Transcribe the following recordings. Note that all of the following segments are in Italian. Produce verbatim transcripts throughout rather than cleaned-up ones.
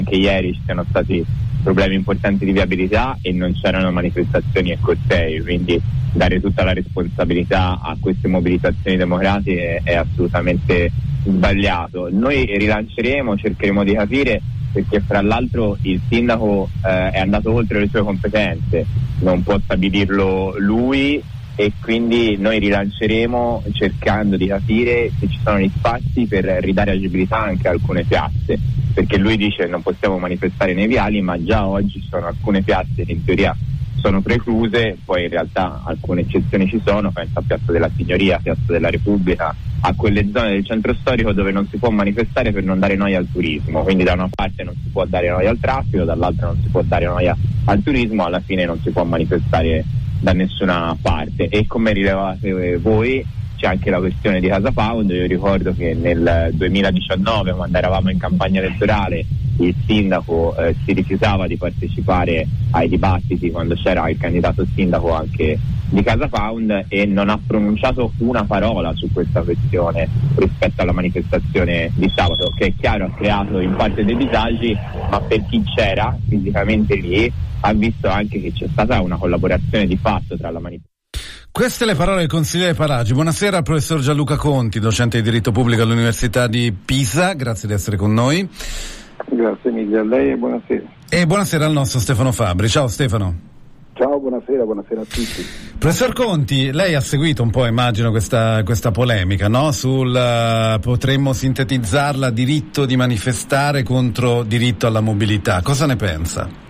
anche ieri ci siano stati problemi importanti di viabilità e non c'erano manifestazioni e cortei, quindi dare tutta la responsabilità a queste mobilitazioni democratiche è, è assolutamente sbagliato. Noi rilanceremo, cercheremo di capire, perché fra l'altro il sindaco eh, è andato oltre le sue competenze, non può stabilirlo lui, e quindi noi rilanceremo cercando di capire se ci sono gli spazi per ridare agibilità anche a alcune piazze, perché lui dice non possiamo manifestare nei viali, ma già oggi ci sono alcune piazze che in teoria sono precluse, poi in realtà alcune eccezioni ci sono, penso a Piazza della Signoria, Piazza della Repubblica, a quelle zone del centro storico dove non si può manifestare per non dare noia al turismo, quindi da una parte non si può dare noia al traffico, dall'altra non si può dare noia al turismo, alla fine non si può manifestare da nessuna parte. E come rilevate voi c'è anche la questione di Casa Pound. Io ricordo che nel duemiladiciannove, quando eravamo in campagna elettorale, il sindaco eh, si rifiutava di partecipare ai dibattiti quando c'era il candidato sindaco anche di Casa Pound e non ha pronunciato una parola su questa questione rispetto alla manifestazione di sabato, che è chiaro ha creato in parte dei disagi, ma per chi c'era fisicamente lì ha visto anche che c'è stata una collaborazione di fatto tra la manifestazione. Queste le parole del consigliere Paragi. Buonasera al professor Gianluca Conti, docente di diritto pubblico all'Università di Pisa, grazie di essere con noi. Grazie mille a lei e buonasera. E buonasera al nostro Stefano Fabbri. Ciao Stefano. Ciao, buonasera, buonasera a tutti. Professor Conti, lei ha seguito un po', immagino, questa, questa polemica, no? Sul, uh, potremmo sintetizzarla, diritto di manifestare contro diritto alla mobilità. Cosa ne pensa?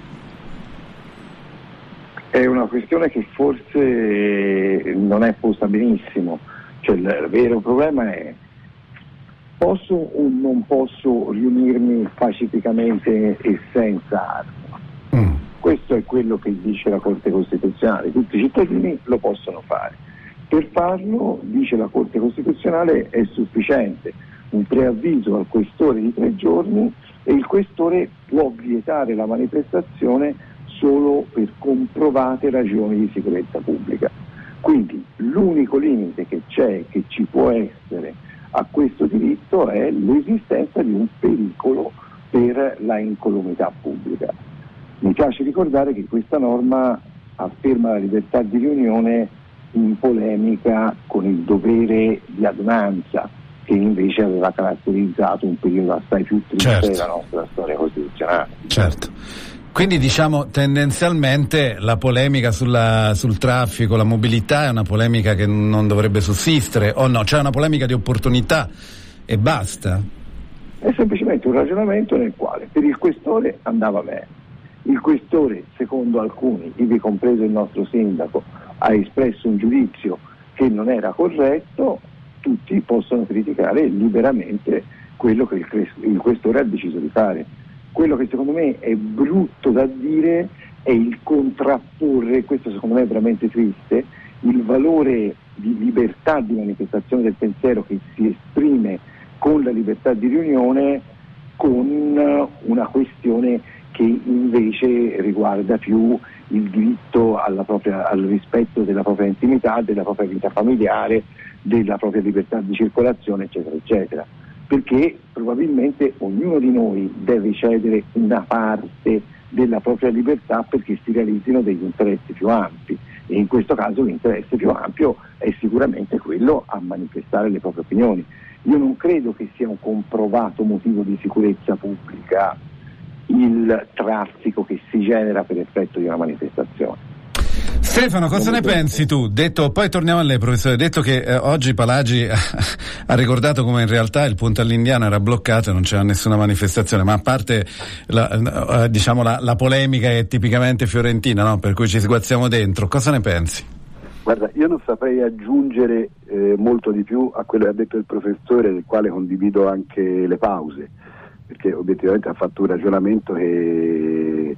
È una questione che forse non è posta benissimo, cioè il vero problema è: posso o non posso riunirmi pacificamente e senza armi? Mm. Questo è quello che dice la Corte Costituzionale, tutti i cittadini lo possono fare. Per farlo, dice la Corte Costituzionale, è sufficiente un preavviso al questore di tre giorni e il questore può vietare la manifestazione solo per comprovate ragioni di sicurezza pubblica. Quindi l'unico limite che c'è, che ci può essere a questo diritto, è l'esistenza di un pericolo per la incolumità pubblica. Mi piace ricordare che questa norma afferma la libertà di riunione in polemica con il dovere di adunanza, che invece aveva caratterizzato un periodo assai più triste certo. della nostra storia costituzionale. Certo. Quindi diciamo tendenzialmente la polemica sulla, sul traffico, la mobilità è una polemica che non dovrebbe sussistere, o no? C'è una polemica di opportunità e basta? È semplicemente un ragionamento nel quale per il questore andava bene. Il questore, secondo alcuni, ivi compreso il nostro sindaco, ha espresso un giudizio che non era corretto, tutti possono criticare liberamente quello che il, il questore ha deciso di fare. Quello che secondo me è brutto da dire è il contrapporre, questo secondo me è veramente triste, il valore di libertà di manifestazione del pensiero che si esprime con la libertà di riunione con una questione che invece riguarda più il diritto alla propria, al rispetto della propria intimità, della propria vita familiare, della propria libertà di circolazione, eccetera, eccetera. Perché probabilmente ognuno di noi deve cedere una parte della propria libertà perché si realizzino degli interessi più ampi, e in questo caso l'interesse più ampio è sicuramente quello a manifestare le proprie opinioni. Io non credo che sia un comprovato motivo di sicurezza pubblica il traffico che si genera per effetto di una manifestazione. Stefano, cosa ne pensi tu? Detto, poi torniamo a lei, professore. Detto che eh, oggi Palagi ha ricordato come in realtà il Ponte all'Indiano era bloccato e non c'era nessuna manifestazione, ma a parte la, eh, diciamo la, la polemica è tipicamente fiorentina, no? Per cui ci sguazziamo dentro, cosa ne pensi? Guarda, io non saprei aggiungere eh, molto di più a quello che ha detto il professore, del quale condivido anche le pause, perché obiettivamente ha fatto un ragionamento che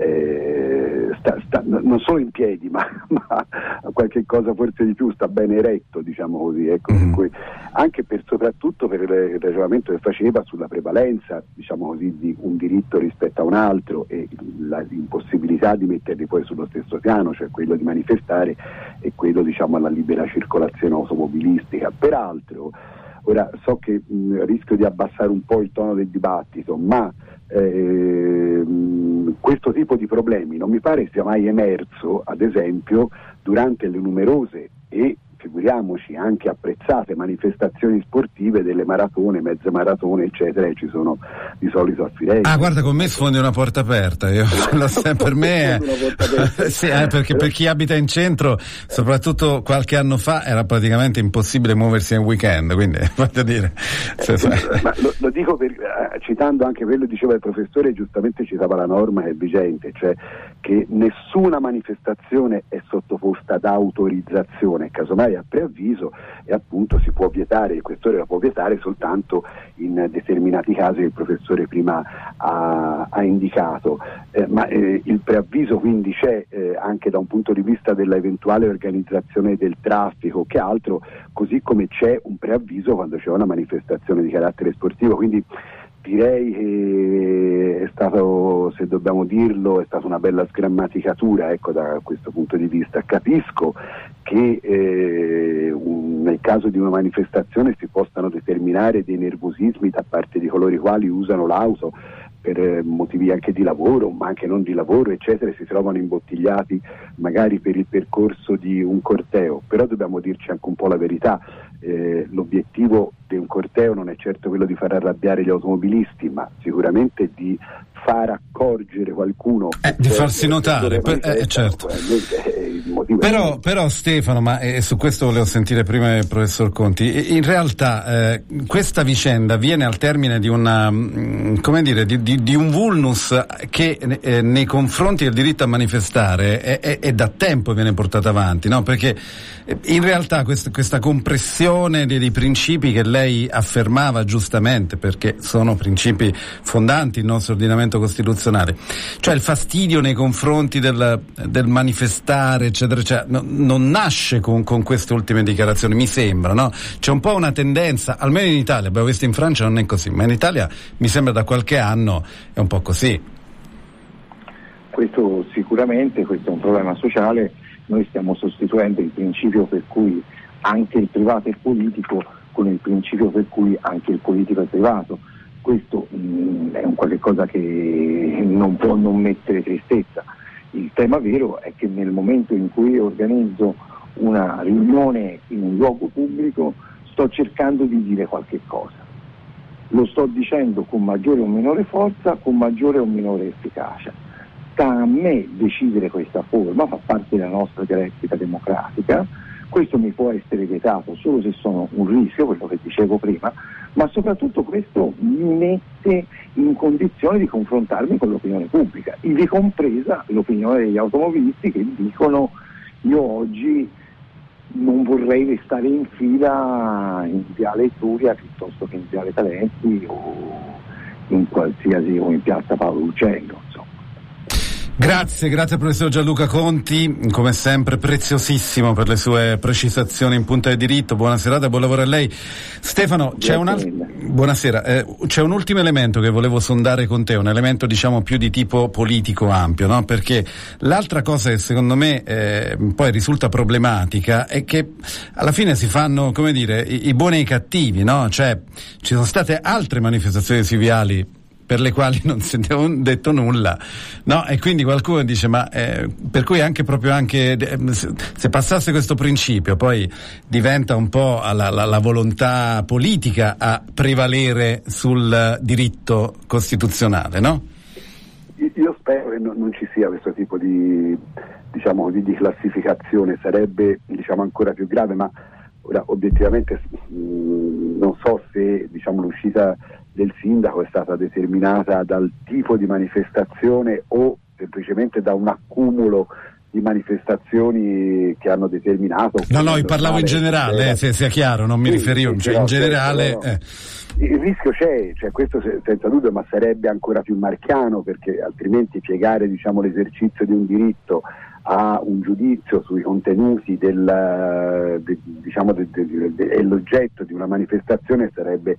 eh, sta, sta, non solo in piedi, ma, ma qualche cosa forse di più, sta bene eretto, diciamo così, ecco, mm-hmm. cui, anche per soprattutto per il ragionamento che faceva sulla prevalenza, diciamo così, di un diritto rispetto a un altro e la, l'impossibilità di metterli poi sullo stesso piano, cioè quello di manifestare e quello, diciamo, alla libera circolazione automobilistica. Peraltro Ora so che mh, rischio di abbassare un po' il tono del dibattito, ma eh, mh, questo tipo di problemi non mi pare sia mai emerso, ad esempio, durante le numerose e figuriamoci anche apprezzate manifestazioni sportive delle maratone, mezze maratone eccetera, e ci sono di solito a Firenze. Ah, guarda, con me sfondi una porta aperta, io per me è... sì, eh, perché per chi abita in centro, soprattutto qualche anno fa, era praticamente impossibile muoversi in weekend, quindi voglio dire se eh, ma lo, lo dico per, eh, citando anche quello che diceva il professore, giustamente citava la norma che è vigente, cioè che nessuna manifestazione è sottoposta ad autorizzazione, casomai a preavviso, e appunto si può vietare, il questore la può vietare soltanto in determinati casi che il professore prima ha, ha indicato, eh, ma eh, il preavviso quindi c'è eh, anche da un punto di vista dell'eventuale organizzazione del traffico, che altro, così come c'è un preavviso quando c'è una manifestazione di carattere sportivo, quindi direi che è stato, se dobbiamo dirlo, è stata una bella sgrammaticatura, ecco, da questo punto di vista. Capisco che eh, un, nel caso di una manifestazione si possano determinare dei nervosismi da parte di coloro i quali usano l'auto per eh, motivi anche di lavoro, ma anche non di lavoro, eccetera, e si trovano imbottigliati magari per il percorso di un corteo, però dobbiamo dirci anche un po' la verità. Eh, l'obiettivo di un corteo non è certo quello di far arrabbiare gli automobilisti, ma sicuramente di far accorgere qualcuno, eh, di farsi notare, per, eh, certo. Però, però Stefano, ma eh, su questo volevo sentire prima il professor Conti, in realtà eh, questa vicenda viene al termine di una, mh, come dire, di, di, di un vulnus che eh, nei confronti del diritto a manifestare è, è, è da tempo viene portato avanti, no? Perché eh, in realtà quest, questa compressione dei, dei principi che lei affermava giustamente, perché sono principi fondanti il nostro ordinamento costituzionale, cioè il fastidio nei confronti del, del manifestare eccetera eccetera, no, non nasce con, con queste ultime dichiarazioni, mi sembra, no? C'è un po' una tendenza, almeno in Italia, abbiamo visto in Francia non è così, ma in Italia mi sembra da qualche anno è un po' così. Questo sicuramente, questo è un problema sociale. Noi stiamo sostituendo il principio per cui anche il privato è politico con il principio per cui anche il politico è privato. Questo mh, è un qualche cosa che non può non mettere tristezza. Il tema vero è che nel momento in cui organizzo una riunione in un luogo pubblico sto cercando di dire qualche cosa. Lo sto dicendo con maggiore o minore forza, con maggiore o minore efficacia. Sta a me decidere questa forma, fa parte della nostra dialettica democratica. Questo mi può essere vietato solo se sono un rischio, quello che dicevo prima, ma soprattutto questo mi mette in condizione di confrontarmi con l'opinione pubblica, ivi compresa l'opinione degli automobilisti che dicono: io oggi non vorrei restare in fila in Viale Etruria piuttosto che in Viale Talenti o in qualsiasi o in Piazza Paolo Uccello, insomma. Grazie, grazie professor Gianluca Conti, come sempre preziosissimo per le sue precisazioni in punto di diritto. Buona serata e buon lavoro a lei. Stefano, c'è un alt- buonasera, eh, c'è un ultimo elemento che volevo sondare con te, un elemento diciamo più di tipo politico ampio, no? Perché l'altra cosa che secondo me eh, poi risulta problematica è che alla fine si fanno, come dire, i, i buoni e i cattivi, no? Cioè ci sono state altre manifestazioni civili per le quali non si è detto nulla, no? E quindi qualcuno dice, ma eh, per cui anche proprio anche eh, se passasse questo principio poi diventa un po' la, la, la volontà politica a prevalere sul diritto costituzionale, no? Io spero che non, non ci sia questo tipo di, diciamo, di, di classificazione, sarebbe diciamo ancora più grave, ma ora obiettivamente mh, non so se diciamo l'uscita del sindaco è stata determinata dal tipo di manifestazione o semplicemente da un accumulo di manifestazioni che hanno determinato. No, no, io parlavo in generale, eh, se sia chiaro, non mi sì, riferivo, sì, cioè in generale. No. Eh. Il rischio c'è, cioè questo senza dubbio, ma sarebbe ancora più marchiano, perché altrimenti piegare diciamo l'esercizio di un diritto a un giudizio sui contenuti del, de, diciamo de, de, de, e l'oggetto di una manifestazione sarebbe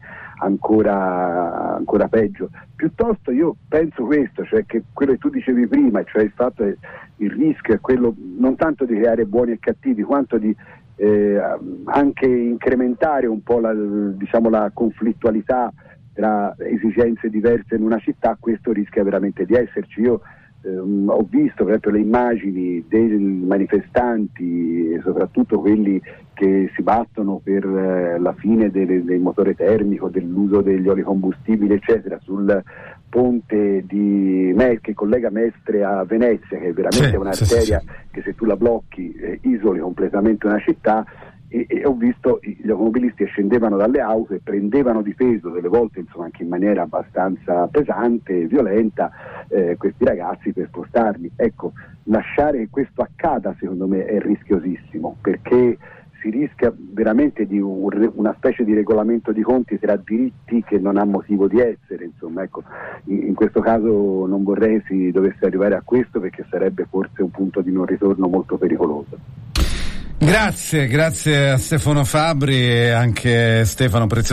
ancora, ancora peggio. Piuttosto io penso questo, cioè che quello che tu dicevi prima, cioè il fatto che il rischio è quello non tanto di creare buoni e cattivi quanto di eh, anche incrementare un po' la, diciamo, la conflittualità tra esigenze diverse in una città, questo rischia veramente di esserci. Io ehm, ho visto per esempio le immagini dei manifestanti, soprattutto quelli che si battono per eh, la fine del, del motore termico, dell'uso degli oli combustibili eccetera, sul ponte di Me- che collega Mestre a Venezia, che è veramente sì, un'arteria sì, sì, sì. che se tu la blocchi eh, isoli completamente una città. E, e ho visto gli automobilisti che scendevano dalle auto e prendevano di peso, delle volte insomma anche in maniera abbastanza pesante e violenta, eh, questi ragazzi per spostarli. Ecco, lasciare che questo accada secondo me è rischiosissimo, perché si rischia veramente di un, una specie di regolamento di conti tra diritti che non ha motivo di essere, insomma, ecco, in, in questo caso non vorrei si dovesse arrivare a questo, perché sarebbe forse un punto di non ritorno molto pericoloso. Grazie, grazie a Stefano Fabbri e anche Stefano Prezioso.